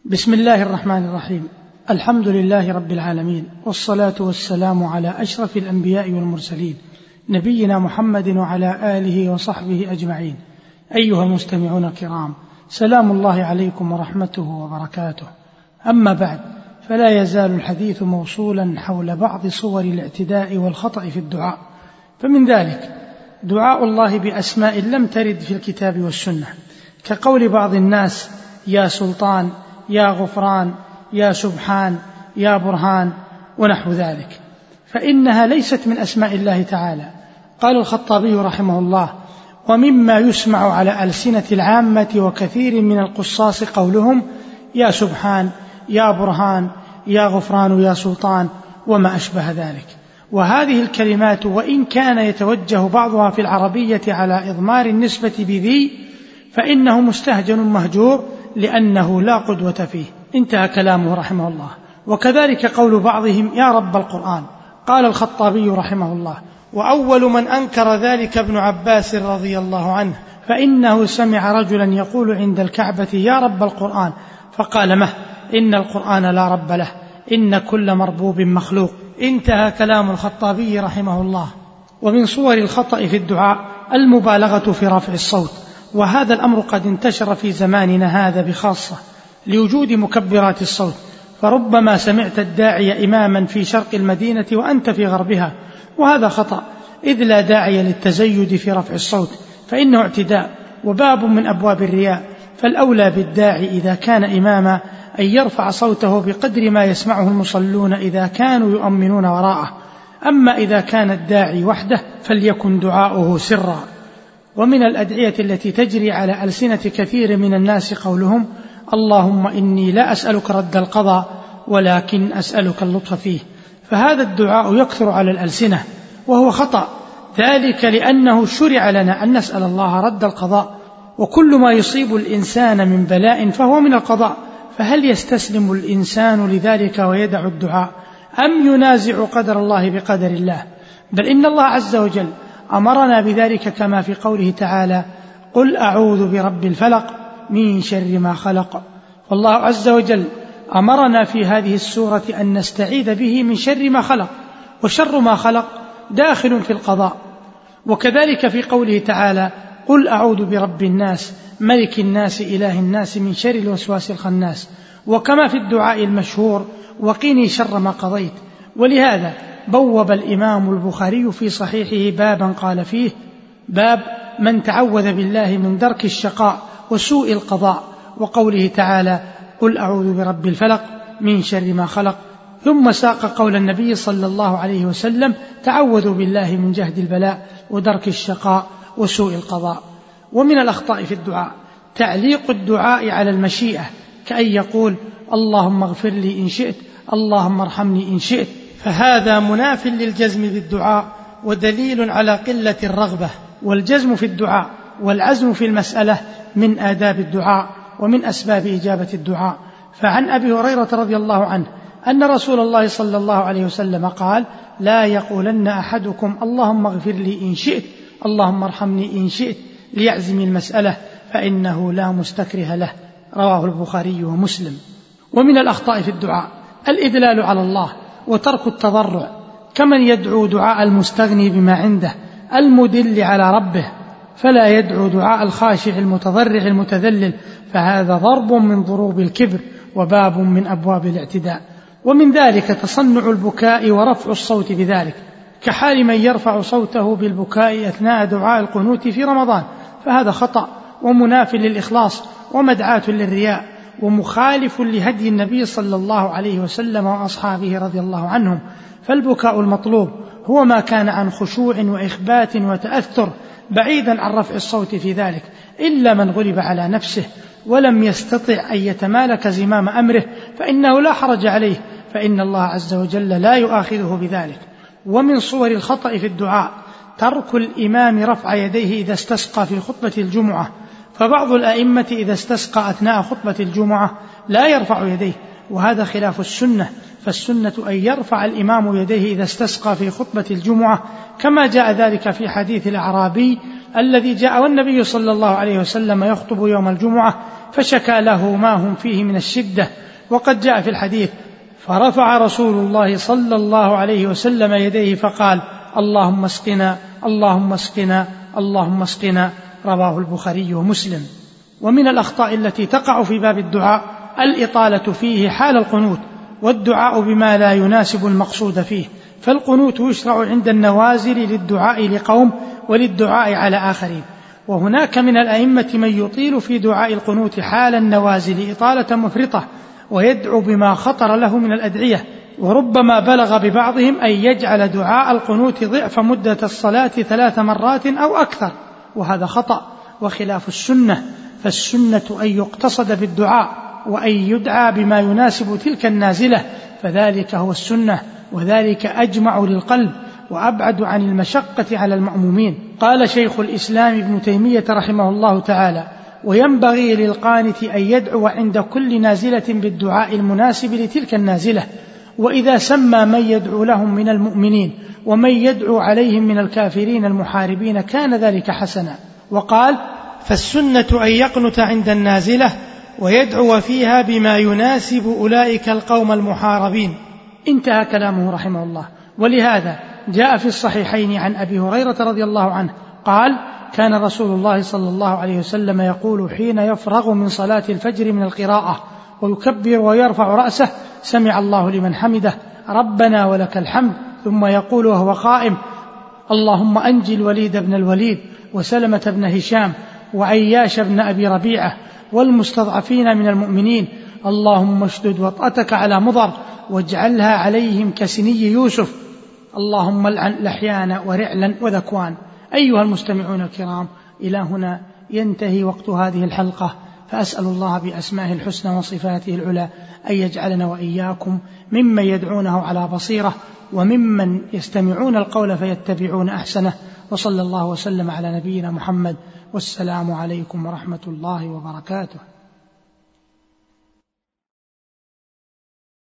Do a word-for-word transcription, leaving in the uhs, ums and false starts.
بسم الله الرحمن الرحيم. الحمد لله رب العالمين، والصلاة والسلام على أشرف الأنبياء والمرسلين نبينا محمد وعلى آله وصحبه أجمعين. أيها المستمعون الكرام، سلام الله عليكم ورحمته وبركاته. أما بعد، فلا يزال الحديث موصولا حول بعض صور الاعتداء والخطأ في الدعاء. فمن ذلك دعاء الله بأسماء لم ترد في الكتاب والسنة، كقول بعض الناس يا سلطان، يا غفران، يا سبحان، يا برهان ونحو ذلك، فإنها ليست من أسماء الله تعالى. قال الخطابي رحمه الله: ومما يسمع على ألسنة العامة وكثير من القصاص قولهم يا سبحان، يا برهان، يا غفران، يا سلطان، وما أشبه ذلك. وهذه الكلمات وإن كان يتوجه بعضها في العربية على إضمار النسبة بذي، فإنه مستهجن مهجور لأنه لا قدوة فيه. انتهى كلامه رحمه الله. وكذلك قول بعضهم يا رب القرآن. قال الخطابي رحمه الله: وأول من أنكر ذلك ابن عباس رضي الله عنه، فإنه سمع رجلا يقول عند الكعبة يا رب القرآن، فقال مه، إن القرآن لا رب له، إن كل مربوب مخلوق. انتهى كلام الخطابي رحمه الله. ومن صور الخطأ في الدعاء المبالغة في رفع الصوت، وهذا الأمر قد انتشر في زماننا هذا بخاصة لوجود مكبرات الصوت، فربما سمعت الداعي إماما في شرق المدينة وأنت في غربها، وهذا خطأ، إذ لا داعي للتزيد في رفع الصوت، فإنه اعتداء وباب من أبواب الرياء. فالأولى بالداعي إذا كان إماما أن يرفع صوته بقدر ما يسمعه المصلون إذا كانوا يؤمنون وراءه، أما إذا كان الداعي وحده فليكن دعاؤه سرا. ومن الأدعية التي تجري على ألسنة كثير من الناس قولهم اللهم إني لا أسألك رد القضاء ولكن أسألك اللطف فيه، فهذا الدعاء يكثر على الألسنة وهو خطأ، ذلك لأنه شرع لنا أن نسأل الله رد القضاء، وكل ما يصيب الإنسان من بلاء فهو من القضاء، فهل يستسلم الإنسان لذلك ويدع الدعاء، أم ينازع قدر الله بقدر الله؟ بل إن الله عز وجل أمرنا بذلك كما في قوله تعالى: قل أعوذ برب الفلق من شر ما خلق. والله عز وجل أمرنا في هذه السورة أن نستعيذ به من شر ما خلق، وشر ما خلق داخل في القضاء. وكذلك في قوله تعالى: قل أعوذ برب الناس ملك الناس إله الناس من شر الوسواس الخناس. وكما في الدعاء المشهور: وقني شر ما قضيت. ولهذا بوب الإمام البخاري في صحيحه بابا قال فيه: باب من تعوذ بالله من درك الشقاء وسوء القضاء، وقوله تعالى: قل أعوذ برب الفلق من شر ما خلق. ثم ساق قول النبي صلى الله عليه وسلم: تعوذوا بالله من جهد البلاء ودرك الشقاء وسوء القضاء. ومن الأخطاء في الدعاء تعليق الدعاء على المشيئة، كأن يقول اللهم اغفر لي إن شئت، اللهم ارحمني إن شئت، فهذا مناف للجزم بالدعاء ودليل على قلة الرغبة. والجزم في الدعاء والعزم في المسألة من آداب الدعاء ومن أسباب إجابة الدعاء. فعن أبي هريرة رضي الله عنه أن رسول الله صلى الله عليه وسلم قال: لا يقولن أحدكم اللهم اغفر لي إن شئت، اللهم ارحمني إن شئت، ليعزم المسألة فإنه لا مستكره له. رواه البخاري ومسلم. ومن الأخطاء في الدعاء الإدلال على الله وترك التضرع، كمن يدعو دعاء المستغني بما عنده المدل على ربه، فلا يدعو دعاء الخاشع المتضرع المتذلل، فهذا ضرب من ضروب الكبر وباب من أبواب الاعتداء. ومن ذلك تصنع البكاء ورفع الصوت بذلك، كحال من يرفع صوته بالبكاء أثناء دعاء القنوت في رمضان، فهذا خطأ ومناف للإخلاص ومدعاة للرياء ومخالف لهدي النبي صلى الله عليه وسلم وأصحابه رضي الله عنهم. فالبكاء المطلوب هو ما كان عن خشوع وإخبات وتأثر، بعيدا عن رفع الصوت في ذلك، إلا من غلب على نفسه ولم يستطع أن يتمالك زمام أمره، فإنه لا حرج عليه، فإن الله عز وجل لا يؤاخذه بذلك. ومن صور الخطأ في الدعاء ترك الإمام رفع يديه إذا استسقى في خطبة الجمعة، فبعض الأئمة إذا استسقى أثناء خطبة الجمعة لا يرفع يديه، وهذا خلاف السنة، فالسنة أن يرفع الإمام يديه إذا استسقى في خطبة الجمعة، كما جاء ذلك في حديث الأعرابي الذي جاء والنبي صلى الله عليه وسلم يخطب يوم الجمعة فشكى له ما هم فيه من الشدة. وقد جاء في الحديث: فرفع رسول الله صلى الله عليه وسلم يديه فقال: اللهم اسقنا اللهم اسقنا اللهم اسقنا، رواه البخاري ومسلم. ومن الأخطاء التي تقع في باب الدعاء الإطالة فيه حال القنوت، والدعاء بما لا يناسب المقصود فيه، فالقنوت يشرع عند النوازل للدعاء لقوم وللدعاء على آخرين، وهناك من الأئمة من يطيل في دعاء القنوت حال النوازل إطالة مفرطة ويدعو بما خطر له من الأدعية، وربما بلغ ببعضهم أن يجعل دعاء القنوت ضعف مدة الصلاة ثلاث مرات أو أكثر، وهذا خطأ وخلاف السنة. فالسنة أن يقتصد بالدعاء وأن يدعى بما يناسب تلك النازلة، فذلك هو السنة، وذلك أجمع للقلب وأبعد عن المشقة على المأمومين. قال شيخ الإسلام ابن تيمية رحمه الله تعالى: وينبغي للقانت أن يدعو عند كل نازلة بالدعاء المناسب لتلك النازلة، وإذا سمى من يدعو لهم من المؤمنين ومن يدعو عليهم من الكافرين المحاربين كان ذلك حسنا. وقال: فالسنة أن يقنت عند النازلة ويدعو فيها بما يناسب أولئك القوم المحاربين. انتهى كلامه رحمه الله. ولهذا جاء في الصحيحين عن أبي هريرة رضي الله عنه قال: كان رسول الله صلى الله عليه وسلم يقول حين يفرغ من صلاة الفجر من القراءة ويكبر ويرفع رأسه: سمع الله لمن حمده، ربنا ولك الحمد، ثم يقول وهو قائم: اللهم أنجي الوليد بن الوليد وسلمة بن هشام وعياش بن أبي ربيعة والمستضعفين من المؤمنين، اللهم اشدد وطأتك على مضر واجعلها عليهم كسني يوسف، اللهم العن لحيان ورعلا وذكوان. أيها المستمعون الكرام، إلى هنا ينتهي وقت هذه الحلقة، فأسأل الله بأسمائه الحسنى وصفاته العلى أن يجعلنا وإياكم ممن يدعونه على بصيرة وممن يستمعون القول فيتبعون أحسنه. وصلى الله وسلم على نبينا محمد، والسلام عليكم ورحمة الله وبركاته.